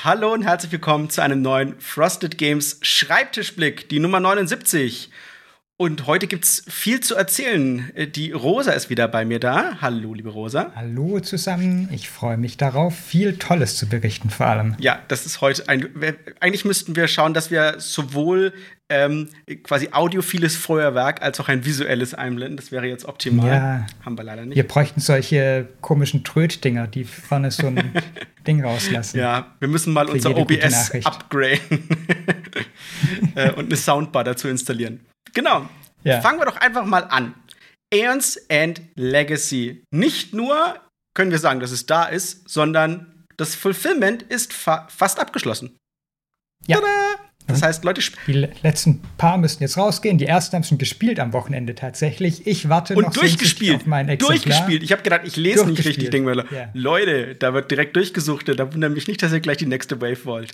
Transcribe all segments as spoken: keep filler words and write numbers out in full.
Hallo und herzlich willkommen zu einem neuen Frosted Games Schreibtischblick, die Nummer neunundsiebzig. Und heute gibt's viel zu erzählen. Die Rosa ist wieder bei mir da. Hallo, liebe Rosa. Hallo zusammen. Ich freue mich darauf, viel Tolles zu berichten vor allem. Ja, das ist heute ein. Eigentlich müssten wir schauen, dass wir sowohl ähm, quasi audiophiles Feuerwerk als auch ein visuelles einblenden. Das wäre jetzt optimal. Ja. Haben wir leider nicht. Wir bräuchten solche komischen Tröd-Dinger, die vorne so ein Ding rauslassen. Ja, wir müssen mal unser O B S upgraden äh, und eine Soundbar dazu installieren. Genau. Ja. Fangen wir doch einfach mal an. Aeons and Legacy. Nicht nur können wir sagen, dass es da ist, sondern das Fulfillment ist fa- fast abgeschlossen. Ja. Tada! Das heißt, Leute, sp- die letzten paar müssen jetzt rausgehen. Die ersten haben schon gespielt am Wochenende tatsächlich. Ich warte und noch durchgespielt. auf mein Exemplar. Durchgespielt. Ich habe gedacht, ich lese nicht richtig. Ich denke mir, ja. Leute, da wird direkt durchgesucht. Da wundert mich nicht, dass ihr gleich die nächste Wave wollt.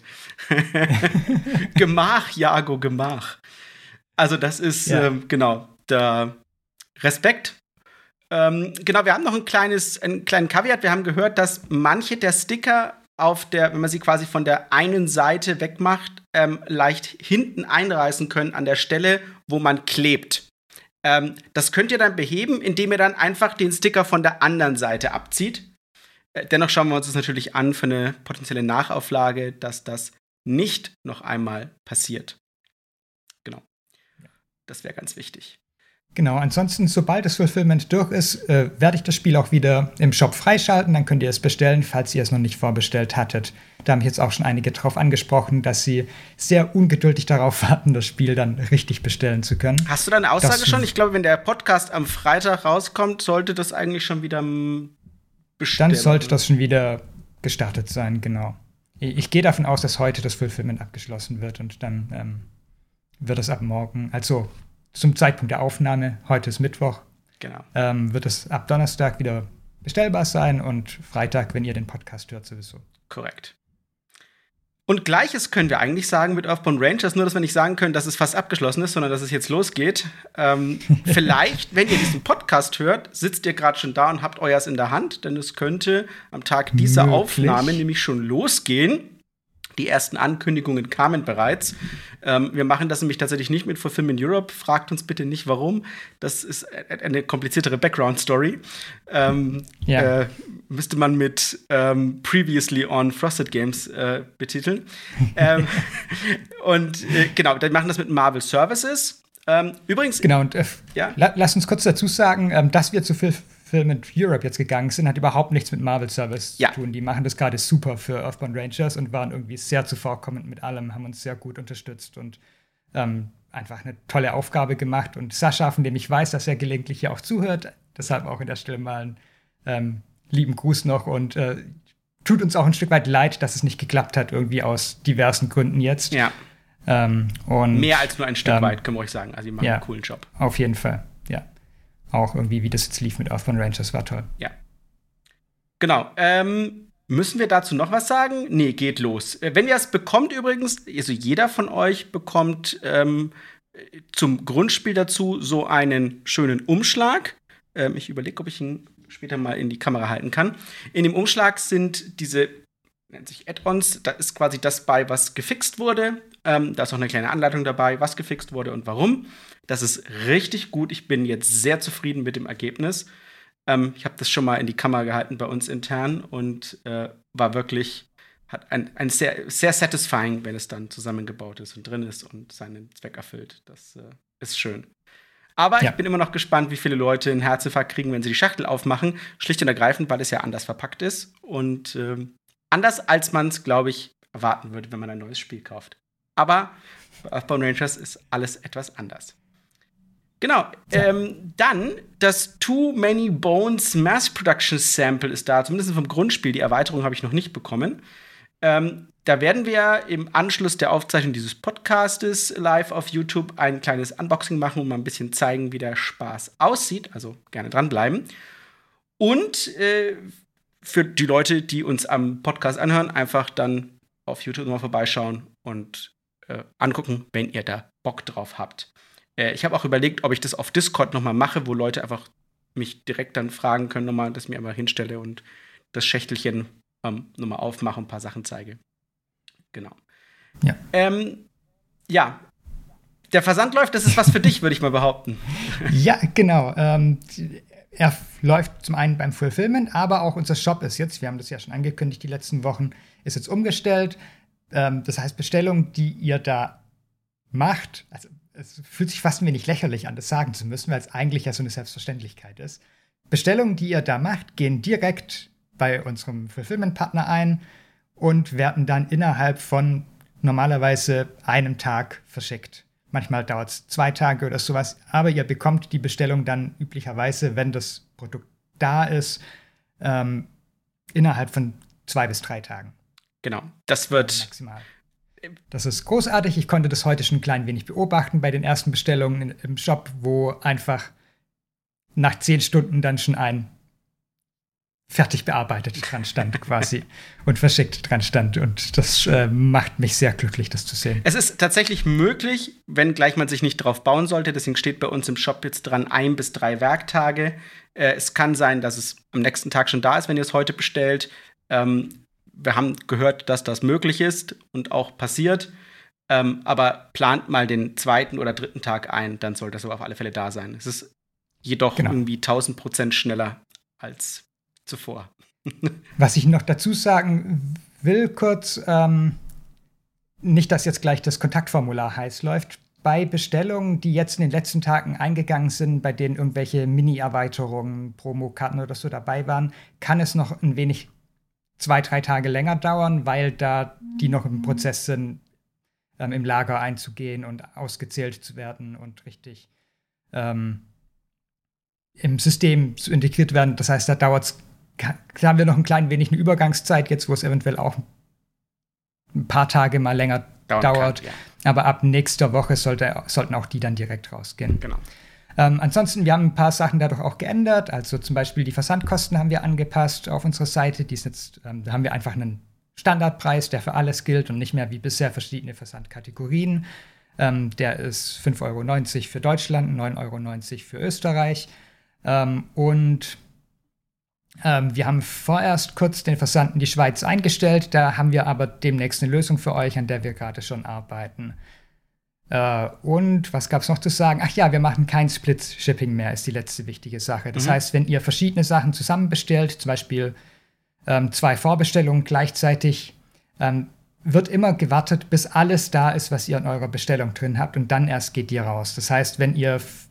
Gemach, Jago, Gemach. Also das ist, ja. ähm, genau, der Respekt. Ähm, genau, wir haben noch ein kleines, einen kleinen Caveat. Wir haben gehört, dass manche der Sticker auf der, wenn man sie quasi von der einen Seite wegmacht, ähm, leicht hinten einreißen können an der Stelle, wo man klebt. Ähm, das könnt ihr dann beheben, indem ihr dann einfach den Sticker von der anderen Seite abzieht. Äh, dennoch schauen wir uns das natürlich an für eine potenzielle Nachauflage, dass das nicht noch einmal passiert. Genau. Das wäre ganz wichtig. Genau, ansonsten, sobald das Fulfillment durch ist, äh, werde ich das Spiel auch wieder im Shop freischalten. Dann könnt ihr es bestellen, falls ihr es noch nicht vorbestellt hattet. Da haben mich jetzt auch schon einige drauf angesprochen, dass sie sehr ungeduldig darauf warten, das Spiel dann richtig bestellen zu können. Hast du da eine Aussage das, schon? Ich glaube, wenn der Podcast am Freitag rauskommt, sollte das eigentlich schon wieder bestellen. Dann sollte das schon wieder gestartet sein, genau. Ich, ich gehe davon aus, dass heute das Fulfillment abgeschlossen wird und dann ähm, wird es ab morgen, also zum Zeitpunkt der Aufnahme, heute ist Mittwoch, genau. ähm, wird es ab Donnerstag wieder bestellbar sein und Freitag, wenn ihr den Podcast hört, sowieso. Korrekt. Und Gleiches können wir eigentlich sagen mit Earthbound Rangers, nur dass wir nicht sagen können, dass es fast abgeschlossen ist, sondern dass es jetzt losgeht. Ähm, vielleicht, wenn ihr diesen Podcast hört, sitzt ihr gerade schon da und habt euers in der Hand, denn es könnte am Tag dieser Möglich. Aufnahme nämlich schon losgehen. Die ersten Ankündigungen kamen bereits. Ähm, wir machen das nämlich tatsächlich nicht mit Fulfillment Europe. Fragt uns bitte nicht, warum. Das ist eine kompliziertere Background-Story. Ähm, ja. äh, müsste man mit ähm, Previously on Frosted Games äh, betiteln. ähm, und äh, genau, wir machen das mit Marvel Services. Ähm, übrigens. Genau, und äh, ja? la- lass uns kurz dazu sagen, ähm, dass wir zu viel Fulfillment Europe jetzt gegangen sind, hat überhaupt nichts mit Marvel Service ja. zu tun. Die machen das gerade super für Earthbound Rangers und waren irgendwie sehr zuvorkommend mit allem, haben uns sehr gut unterstützt und ähm, einfach eine tolle Aufgabe gemacht. Und Sascha, von dem ich weiß, dass er gelegentlich hier auch zuhört, deshalb auch an der Stelle mal einen ähm, lieben Gruß noch und äh, tut uns auch ein Stück weit leid, dass es nicht geklappt hat, irgendwie aus diversen Gründen jetzt. Ja. Ähm, und, Mehr als nur ein Stück ähm, weit, können wir euch sagen. Also, die machen ja, einen coolen Job. Auf jeden Fall, ja. Auch irgendwie, wie das jetzt lief mit Earthbound Rangers, war toll. Ja. Genau. Ähm, müssen wir dazu noch was sagen? Nee, geht los. Wenn ihr es bekommt übrigens, also jeder von euch bekommt ähm, zum Grundspiel dazu so einen schönen Umschlag. Ähm, ich überlege, ob ich ihn später mal in die Kamera halten kann. In dem Umschlag sind diese, nennt sich Add-ons, da ist quasi das bei, was gefixt wurde. Ähm, da ist auch eine kleine Anleitung dabei, was gefixt wurde und warum. Das ist richtig gut. Ich bin jetzt sehr zufrieden mit dem Ergebnis. Ähm, ich habe das schon mal in die Kamera gehalten bei uns intern und äh, war wirklich, hat ein, ein sehr, sehr satisfying, wenn es dann zusammengebaut ist und drin ist und seinen Zweck erfüllt. Das äh, ist schön. Aber ja. Ich bin immer noch gespannt, wie viele Leute einen Herzinfarkt kriegen, wenn sie die Schachtel aufmachen. Schlicht und ergreifend, weil es ja anders verpackt ist. Und äh, anders, als man es, glaube ich, erwarten würde, wenn man ein neues Spiel kauft. Aber bei Earthbound Rangers ist alles etwas anders. Genau, ähm, dann das Too Many Bones Mass Production Sample ist da, zumindest vom Grundspiel. Die Erweiterung habe ich noch nicht bekommen. Ähm, da werden wir im Anschluss der Aufzeichnung dieses Podcastes live auf YouTube ein kleines Unboxing machen und mal ein bisschen zeigen, wie der Spaß aussieht. Also gerne dranbleiben. Und äh, für die Leute, die uns am Podcast anhören, einfach dann auf YouTube mal vorbeischauen und äh, angucken, wenn ihr da Bock drauf habt. Ich habe auch überlegt, ob ich das auf Discord noch mal mache, wo Leute einfach mich direkt dann fragen können, noch mal, dass ich mir einfach hinstelle und das Schächtelchen ähm, noch mal aufmache und ein paar Sachen zeige. Genau. Ja. Ähm, ja. Der Versand läuft, das ist was für dich, würde ich mal behaupten. Ja, genau. Ähm, er läuft zum einen beim Fulfillment, aber auch unser Shop ist jetzt, wir haben das ja schon angekündigt, die letzten Wochen, ist jetzt umgestellt. Ähm, das heißt, Bestellungen, die ihr da macht, also es fühlt sich fast ein wenig lächerlich an, das sagen zu müssen, weil es eigentlich ja so eine Selbstverständlichkeit ist. Bestellungen, die ihr da macht, gehen direkt bei unserem Fulfillment-Partner ein und werden dann innerhalb von normalerweise einem Tag verschickt. Manchmal dauert es zwei Tage oder sowas, aber ihr bekommt die Bestellung dann üblicherweise, wenn das Produkt da ist, ähm, innerhalb von zwei bis drei Tagen. Genau, das wird maximal. Das ist großartig. Ich konnte das heute schon ein klein wenig beobachten bei den ersten Bestellungen im Shop, wo einfach nach zehn Stunden dann schon ein fertig bearbeitet dran stand quasi und verschickt dran stand. Und das äh, macht mich sehr glücklich, das zu sehen. Es ist tatsächlich möglich, wenn gleich man sich nicht drauf bauen sollte. Deswegen steht bei uns im Shop jetzt dran ein bis drei Werktage. Äh, es kann sein, dass es am nächsten Tag schon da ist, wenn ihr es heute bestellt. Ähm, wir haben gehört, dass das möglich ist und auch passiert. Ähm, aber plant mal den zweiten oder dritten Tag ein, dann soll das aber auf alle Fälle da sein. Es ist jedoch genau. irgendwie tausend Prozent schneller als zuvor. Was ich noch dazu sagen will, kurz, ähm, nicht, dass jetzt gleich das Kontaktformular heiß läuft. Bei Bestellungen, die jetzt in den letzten Tagen eingegangen sind, bei denen irgendwelche Mini-Erweiterungen, Promokarten oder so dabei waren, kann es noch ein wenig zwei, drei Tage länger dauern, weil da die noch im Prozess sind, ähm, im Lager einzugehen und ausgezählt zu werden und richtig ähm, im System zu integriert werden. Das heißt, da dauert es, da haben wir noch ein klein wenig eine Übergangszeit jetzt, wo es eventuell auch ein paar Tage mal länger Dauern dauert. Kann, ja. Aber ab nächster Woche sollte, sollten auch die dann direkt rausgehen. Genau. Ähm, ansonsten, wir haben ein paar Sachen dadurch auch geändert. Also zum Beispiel die Versandkosten haben wir angepasst auf unserer Seite. Die ist jetzt, ähm, da haben wir einfach einen Standardpreis, der für alles gilt und nicht mehr wie bisher verschiedene Versandkategorien. Ähm, der ist fünf Euro neunzig für Deutschland, neun Euro neunzig für Österreich. Ähm, und ähm, wir haben vorerst kurz den Versand in die Schweiz eingestellt. Da haben wir aber demnächst eine Lösung für euch, an der wir gerade schon arbeiten. Äh, und was gab es noch zu sagen? Ach ja, wir machen kein Split-Shipping mehr, ist die letzte wichtige Sache. Das mhm. heißt, wenn ihr verschiedene Sachen zusammen bestellt, zum Beispiel ähm, zwei Vorbestellungen gleichzeitig, ähm, wird immer gewartet, bis alles da ist, was ihr in eurer Bestellung drin habt, und dann erst geht die raus. Das heißt, wenn ihr f-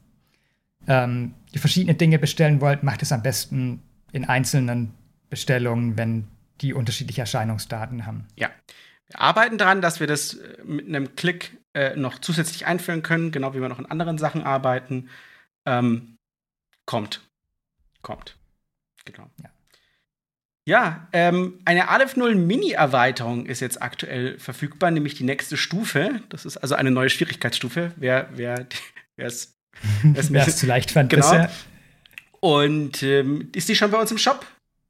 ähm, die verschiedenen Dinge bestellen wollt, macht es am besten in einzelnen Bestellungen, wenn die unterschiedliche Erscheinungsdaten haben. Ja, wir arbeiten daran, dass wir das mit einem Klick äh, noch zusätzlich einführen können, genau wie wir noch in anderen Sachen arbeiten. Ähm, kommt. Kommt. Genau. Ja. Ja, ähm, eine Aleph null Mini-Erweiterung ist jetzt aktuell verfügbar, nämlich die nächste Stufe. Das ist also eine neue Schwierigkeitsstufe. Wer wer wer es wer es zu leicht fand genau. bisher. Und ähm, ist die schon bei uns im Shop?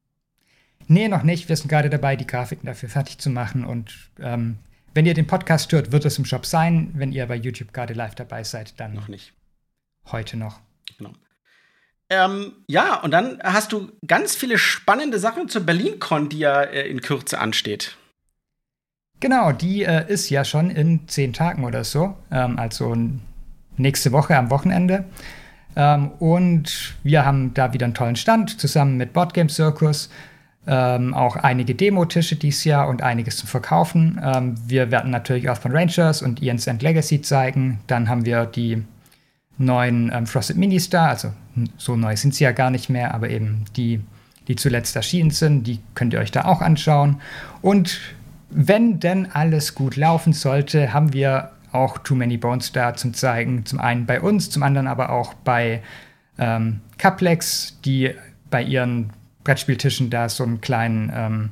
Nee, noch nicht. Wir sind gerade dabei, die Grafiken dafür fertig zu machen. Und ähm, wenn ihr den Podcast hört, wird es im Shop sein. Wenn ihr bei YouTube gerade live dabei seid, dann noch nicht. Heute noch. Genau. Ähm, ja, und dann hast du ganz viele spannende Sachen zur BerlinCon, die ja äh, in Kürze ansteht. Genau, die äh, ist ja schon in zehn Tagen oder so. Ähm, also nächste Woche am Wochenende. Ähm, und wir haben da wieder einen tollen Stand, zusammen mit Boardgame Circus. Ähm, auch einige Demo-Tische dieses Jahr und einiges zum Verkaufen. Ähm, wir werden natürlich Earthbound Rangers und Ian's End Legacy zeigen. Dann haben wir die neuen ähm, Frosted Mini-Star, also so neu sind sie ja gar nicht mehr, aber eben die, die zuletzt erschienen sind, die könnt ihr euch da auch anschauen. Und wenn denn alles gut laufen sollte, haben wir auch Too Many Bones da zum Zeigen. Zum einen bei uns, zum anderen aber auch bei ähm, Caplex, die bei ihren Brettspieltischen da so einen kleinen, ähm,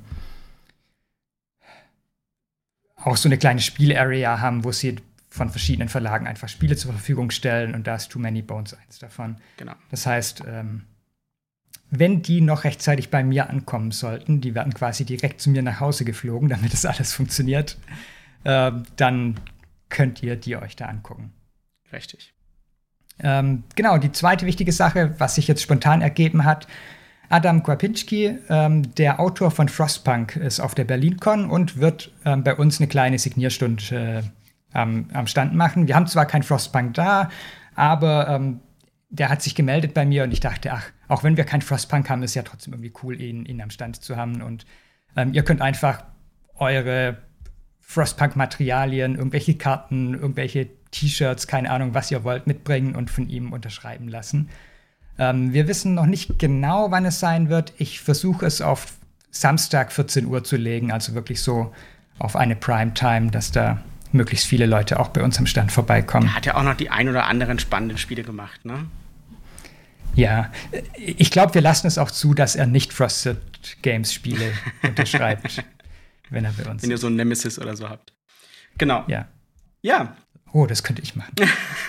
auch so eine kleine Spielarea haben, wo sie von verschiedenen Verlagen einfach Spiele zur Verfügung stellen, und da ist Too Many Bones eins davon. Genau. Das heißt, ähm, wenn die noch rechtzeitig bei mir ankommen sollten, die werden quasi direkt zu mir nach Hause geflogen, damit das alles funktioniert, äh, dann könnt ihr die euch da angucken. Richtig. Ähm, genau, die zweite wichtige Sache, was sich jetzt spontan ergeben hat, Adam Kwapinski, ähm, der Autor von Frostpunk, ist auf der BerlinCon und wird ähm, bei uns eine kleine Signierstunde äh, am, am Stand machen. Wir haben zwar kein Frostpunk da, aber ähm, der hat sich gemeldet bei mir und ich dachte, ach, auch wenn wir kein Frostpunk haben, ist ja trotzdem irgendwie cool, ihn, ihn am Stand zu haben. Und ähm, ihr könnt einfach eure Frostpunk-Materialien, irgendwelche Karten, irgendwelche T-Shirts, keine Ahnung, was ihr wollt, mitbringen und von ihm unterschreiben lassen. Ähm, wir wissen noch nicht genau, wann es sein wird. Ich versuche es auf Samstag vierzehn Uhr zu legen, also wirklich so auf eine Primetime, dass da möglichst viele Leute auch bei uns am Stand vorbeikommen. Er hat ja auch noch die ein oder anderen spannenden Spiele gemacht, ne? Ja, ich glaube, wir lassen es auch zu, dass er nicht Frosted Games Spiele unterschreibt, wenn er bei uns Wenn ihr so ein Nemesis oder so habt. Genau. Ja. Ja. Oh, das könnte ich machen.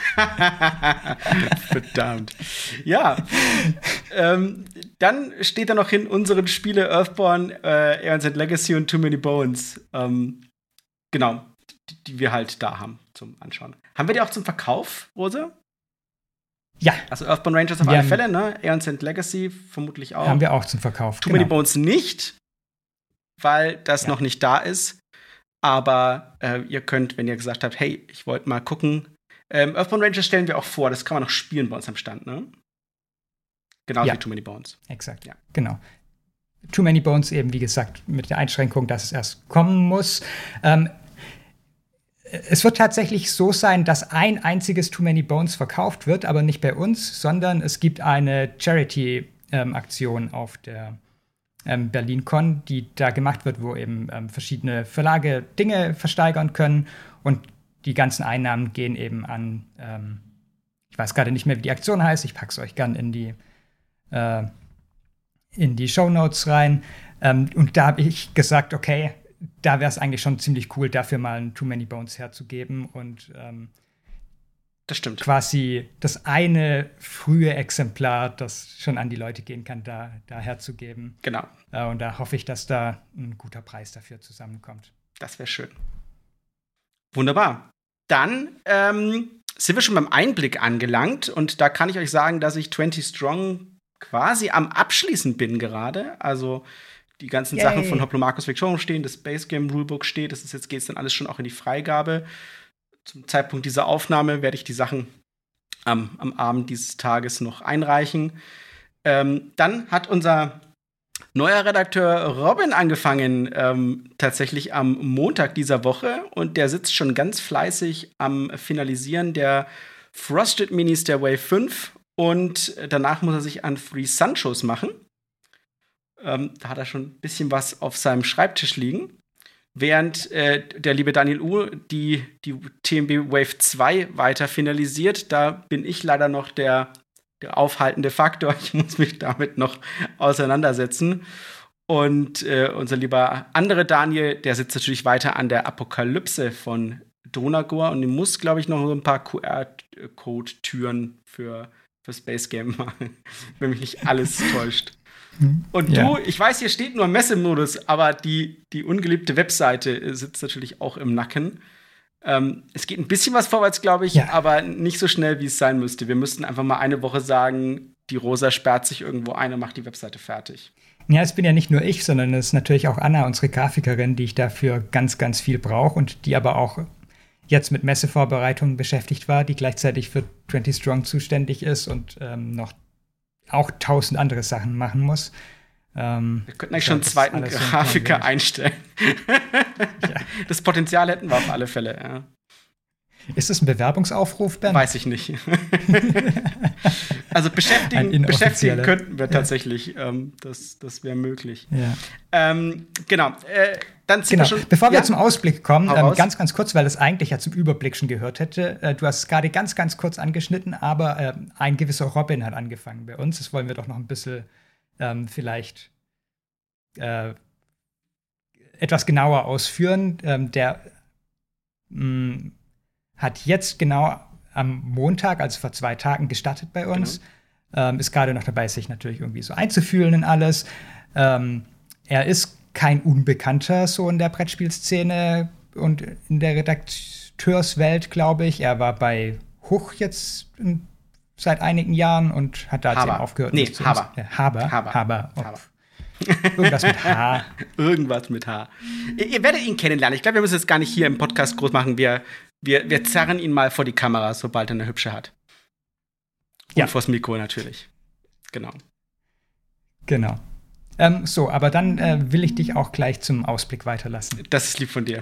Verdammt. Ja. ähm, dann steht da noch hin unsere Spiele Earthborn, äh, Aeons and Legacy und Too Many Bones. Ähm, genau. Die, die wir halt da haben zum Anschauen. Haben wir die auch zum Verkauf, Rose? Ja. Also Earthborn Rangers auf wir alle haben, Fälle, ne? Aeons and Legacy vermutlich auch. Haben wir auch zum Verkauf. Too genau. Many Bones nicht, weil das ja. noch nicht da ist. Aber äh, ihr könnt, wenn ihr gesagt habt, hey, ich wollte mal gucken. Ähm, Earthborn Rangers stellen wir auch vor, das kann man noch spielen bei uns am Stand, ne? Genau ja. wie Too Many Bones. Exakt, ja. Genau. Too Many Bones eben, wie gesagt, mit der Einschränkung, dass es erst kommen muss. Ähm, es wird tatsächlich so sein, dass ein einziges Too Many Bones verkauft wird, aber nicht bei uns, sondern es gibt eine Charity-Aktion ähm, auf der ähm, BerlinCon, die da gemacht wird, wo eben ähm, verschiedene Verlage Dinge versteigern können und die ganzen Einnahmen gehen eben an, ähm, ich weiß gerade nicht mehr, wie die Aktion heißt, ich pack's euch gern in die äh, in die Shownotes rein. Ähm, und da habe ich gesagt, okay, da wäre es eigentlich schon ziemlich cool, dafür mal ein Too Many Bones herzugeben und ähm, das stimmt. Quasi das eine frühe Exemplar, das schon an die Leute gehen kann, da, da herzugeben. Genau. Äh, und da hoffe ich, dass da ein guter Preis dafür zusammenkommt. Das wäre schön. Wunderbar. Dann ähm, sind wir schon beim Einblick angelangt und da kann ich euch sagen, dass ich zwanzig Strong quasi am Abschließen bin gerade. Also die ganzen Yay. Sachen von Hoplomachus Victorium stehen, das Base Game Rulebook steht. Das ist jetzt geht's dann alles schon auch in die Freigabe. Zum Zeitpunkt dieser Aufnahme werde ich die Sachen ähm, am Abend dieses Tages noch einreichen. Ähm, dann hat unser neuer Redakteur Robin angefangen, ähm, tatsächlich am Montag dieser Woche. Und der sitzt schon ganz fleißig am Finalisieren der Frosted Minis der Wave fünf. Und danach muss er sich an Free Sun-Shows machen. Ähm, da hat er schon ein bisschen was auf seinem Schreibtisch liegen. Während äh, der liebe Daniel U. die, die T M B Wave zwei weiter finalisiert. Da bin ich leider noch der, der aufhaltende Faktor. Ich muss mich damit noch auseinandersetzen. Und äh, unser lieber andere Daniel, der sitzt natürlich weiter an der Apokalypse von Donagor. Und die muss, glaube ich, noch so ein paar Q R-Code-Türen für Space Game machen, wenn mich nicht alles täuscht. Und ja. du, ich weiß, hier steht nur Messemodus, aber die, die ungeliebte Webseite sitzt natürlich auch im Nacken. Ähm, es geht ein bisschen was vorwärts, glaube ich, ja. aber nicht so schnell, wie es sein müsste. Wir müssten einfach mal eine Woche sagen, die Rosa sperrt sich irgendwo ein und macht die Webseite fertig. Ja, es bin ja nicht nur ich, sondern es ist natürlich auch Anna, unsere Grafikerin, die ich dafür ganz, ganz viel brauche und die aber auch jetzt mit Messevorbereitungen beschäftigt war, die gleichzeitig für zwanzig Strong zuständig ist und ähm, noch auch tausend andere Sachen machen muss. Ähm, wir könnten eigentlich schon einen zweiten Grafiker einstellen. Ja. Das Potenzial hätten wir auf alle Fälle. Ja. Ist das ein Bewerbungsaufruf, Ben? Weiß ich nicht. Also beschäftigen, beschäftigen könnten wir ja. tatsächlich. Ähm, das das wäre möglich. Ja. Ähm, genau. Äh, dann genau. wir schon, Bevor wir ja? zum Ausblick kommen, ähm, ganz, ganz kurz, weil das eigentlich ja zum Überblick schon gehört hätte. Äh, du hast es gerade ganz, ganz kurz angeschnitten, aber äh, ein gewisser Robin hat angefangen bei uns. Das wollen wir doch noch ein bisschen ähm, vielleicht äh, etwas genauer ausführen. Ähm, der mh, hat jetzt genau am Montag, also vor zwei Tagen, gestartet bei uns. Genau. Ähm, ist gerade noch dabei, sich natürlich irgendwie so einzufühlen in alles. Ähm, er ist kein Unbekannter so in der Brettspielszene und in der Redakteurswelt, glaube ich. Er war bei Huch jetzt seit einigen Jahren und hat da jetzt Haber. eben aufgehört. Nee, Haber. Äh, Haber. Haber. Haber. Oh. Haber. Irgendwas mit H. Irgendwas mit H. Ihr, ihr werdet ihn kennenlernen. Ich glaube, wir müssen jetzt gar nicht hier im Podcast groß machen. Wir, wir, wir zerren ihn mal vor die Kamera, sobald er eine hübsche hat. Und ja. vors Mikro natürlich. Genau. Genau. Ähm, so, aber dann äh, will ich dich auch gleich zum Ausblick weiterlassen. Das ist lieb von dir.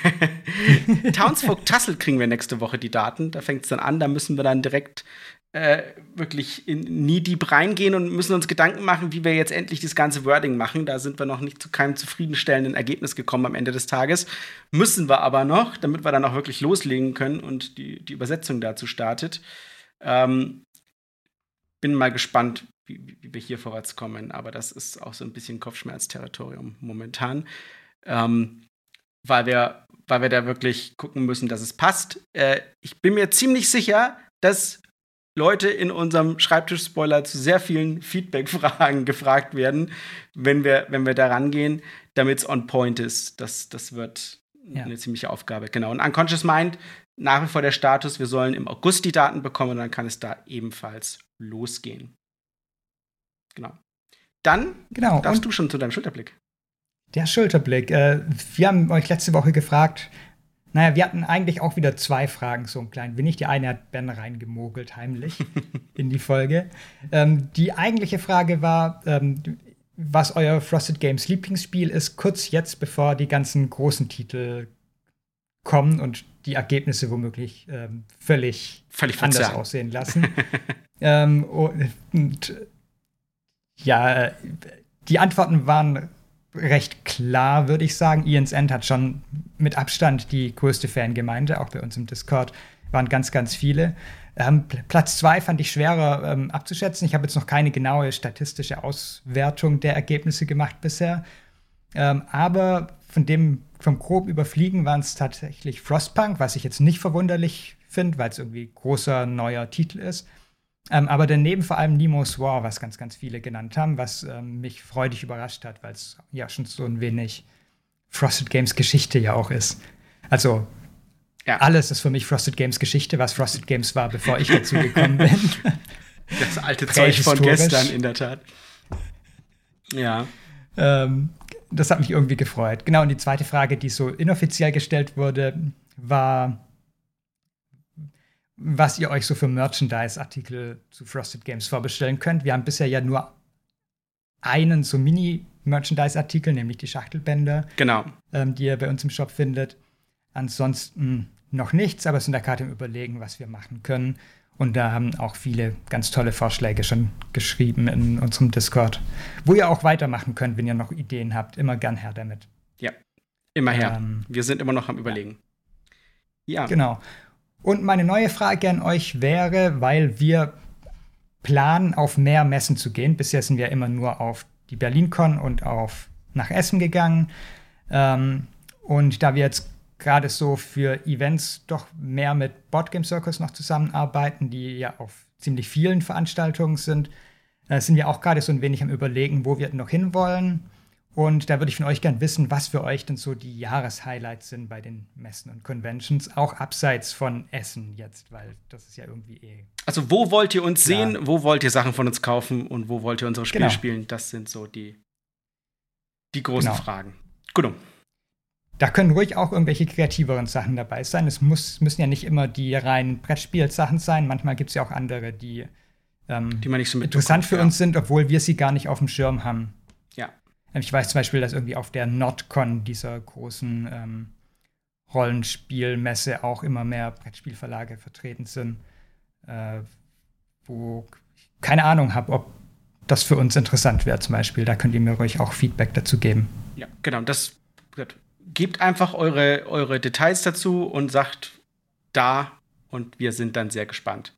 Townsfolk Tassel kriegen wir nächste Woche die Daten. Da fängt es dann an. Da müssen wir dann direkt äh, wirklich in knee deep reingehen und müssen uns Gedanken machen, wie wir jetzt endlich das ganze Wording machen. Da sind wir noch nicht zu keinem zufriedenstellenden Ergebnis gekommen am Ende des Tages. Müssen wir aber noch, damit wir dann auch wirklich loslegen können und die, die Übersetzung dazu startet. Ähm, bin mal gespannt, wie, wie wir hier vorwärts kommen. Aber das ist auch so ein bisschen Kopfschmerzterritorium momentan. Ähm, weil wir, weil wir da wirklich gucken müssen, dass es passt. Äh, ich bin mir ziemlich sicher, dass Leute in unserem Schreibtisch-Spoiler zu sehr vielen Feedback-Fragen gefragt werden, wenn wir, wenn wir da rangehen, damit es on point ist. Das, das wird ja. eine ziemliche Aufgabe. Genau. Und Unconscious Mind, nach wie vor der Status, wir sollen im August die Daten bekommen und dann kann es da ebenfalls losgehen. Genau. Dann genau. darfst du schon zu deinem Schulterblick. Der Schulterblick. Äh, wir haben euch letzte Woche gefragt, naja, wir hatten eigentlich auch wieder zwei Fragen, so ein klein wenig. Die eine hat Ben reingemogelt, heimlich, in die Folge. Ähm, die eigentliche Frage war, ähm, was euer Frosted Games Lieblingsspiel ist, kurz jetzt, bevor die ganzen großen Titel kommen und die Ergebnisse womöglich ähm, völlig, völlig anders verzerrt aussehen lassen. ähm, und, und ja, die Antworten waren recht klar, würde ich sagen. Ian's End hat schon mit Abstand die größte Fangemeinde, auch bei uns im Discord waren ganz, ganz viele. Ähm, Platz zwei fand ich schwerer ähm, abzuschätzen. Ich habe jetzt noch keine genaue statistische Auswertung der Ergebnisse gemacht bisher. Ähm, aber von dem, vom grob Überfliegen waren es tatsächlich Frostpunk, was ich jetzt nicht verwunderlich finde, weil es irgendwie großer neuer Titel ist. Ähm, aber daneben vor allem Nemo's War, was ganz, ganz viele genannt haben, was ähm, mich freudig überrascht hat, weil es ja schon so ein wenig Frosted Games Geschichte ja auch ist. Also ja. Alles ist für mich Frosted Games Geschichte, was Frosted Games war, bevor ich dazu gekommen bin. Das alte Zeug von gestern, in der Tat. Ja. Ähm, das hat mich irgendwie gefreut. Genau, und die zweite Frage, die so inoffiziell gestellt wurde, war, was ihr euch so für Merchandise-Artikel zu Frosted Games vorbestellen könnt. Wir haben bisher ja nur einen so Mini-Merchandise-Artikel, nämlich die Schachtelbänder, genau. ähm, die ihr bei uns im Shop findet. Ansonsten noch nichts, aber sind da gerade im Überlegen, was wir machen können. Und da haben auch viele ganz tolle Vorschläge schon geschrieben in unserem Discord, wo ihr auch weitermachen könnt, wenn ihr noch Ideen habt. Immer gern her damit. Ja, immer her. Ähm, wir sind immer noch am Überlegen. Ja. ja. Genau. Und meine neue Frage an euch wäre, weil wir planen, auf mehr Messen zu gehen. Bisher sind wir immer nur auf die BerlinCon und auf nach Essen gegangen. Ähm, und da wir jetzt gerade so für Events doch mehr mit Boardgame Circus noch zusammenarbeiten, die ja auf ziemlich vielen Veranstaltungen sind, äh, sind wir auch gerade so ein wenig am Überlegen, wo wir noch hinwollen. Und da würde ich von euch gern wissen, was für euch denn so die Jahreshighlights sind bei den Messen und Conventions, auch abseits von Essen jetzt, weil das ist ja irgendwie eh. Also wo wollt ihr uns klar. sehen, wo wollt ihr Sachen von uns kaufen und wo wollt ihr unsere Spiele genau. spielen? Das sind so die, die großen genau. Fragen. Gut. Da können ruhig auch irgendwelche kreativeren Sachen dabei sein. Es muss, müssen ja nicht immer die reinen Brettspielsachen sein. Manchmal gibt es ja auch andere, die, ähm, die man nicht so interessant für ja. uns sind, obwohl wir sie gar nicht auf dem Schirm haben. Ja. Ich weiß zum Beispiel, dass irgendwie auf der NotCon, dieser großen ähm, Rollenspielmesse, auch immer mehr Brettspielverlage vertreten sind, äh, wo ich keine Ahnung habe, ob das für uns interessant wäre zum Beispiel. Da könnt ihr mir ruhig auch Feedback dazu geben. Ja, genau. Das gebt einfach eure, eure Details dazu und sagt da und wir sind dann sehr gespannt.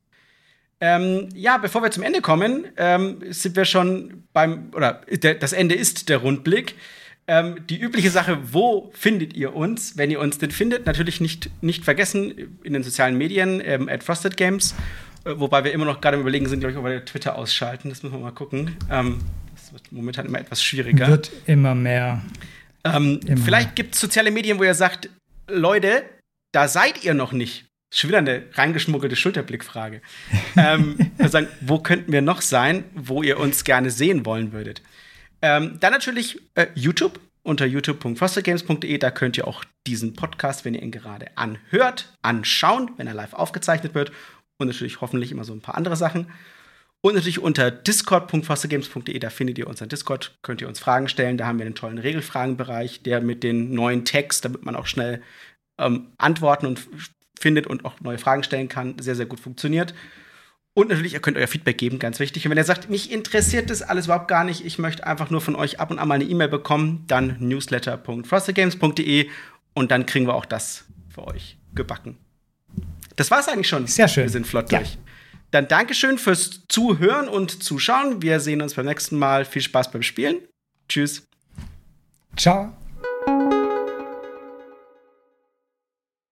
Ähm, ja, bevor wir zum Ende kommen, ähm, sind wir schon beim, oder der, das Ende ist der Rundblick. Ähm, die übliche Sache, wo findet ihr uns, wenn ihr uns denn findet? Natürlich nicht, nicht vergessen, in den sozialen Medien, ähm, at Frosted Games, äh, wobei wir immer noch gerade im Überlegen sind, glaube ich, ob wir Twitter ausschalten. Das müssen wir mal gucken. Ähm, das wird momentan immer etwas schwieriger. Wird immer mehr. Ähm, immer. Vielleicht gibt es soziale Medien, wo ihr sagt, Leute, da seid ihr noch nicht. Schon wieder eine reingeschmuggelte Schulterblickfrage. ähm, wir sagen, wo könnten wir noch sein, wo ihr uns gerne sehen wollen würdet? Ähm, dann natürlich äh, YouTube unter youtube punkt fostergames punkt de. Da könnt ihr auch diesen Podcast, wenn ihr ihn gerade anhört, anschauen, wenn er live aufgezeichnet wird. Und natürlich hoffentlich immer so ein paar andere Sachen. Und natürlich unter discord punkt fostergames punkt de, da findet ihr unseren Discord, könnt ihr uns Fragen stellen. Da haben wir einen tollen Regelfragenbereich, der mit den neuen Tags, damit man auch schnell ähm, antworten und findet und auch neue Fragen stellen kann, sehr, sehr gut funktioniert. Und natürlich, ihr könnt euer Feedback geben, ganz wichtig. Und wenn ihr sagt, mich interessiert das alles überhaupt gar nicht, ich möchte einfach nur von euch ab und an mal eine E-Mail bekommen, dann newsletter punkt fostergames punkt de und dann kriegen wir auch das für euch gebacken. Das war's eigentlich schon. Sehr schön. Wir sind flott ja. durch. Dann Dankeschön fürs Zuhören und Zuschauen. Wir sehen uns beim nächsten Mal. Viel Spaß beim Spielen. Tschüss. Ciao.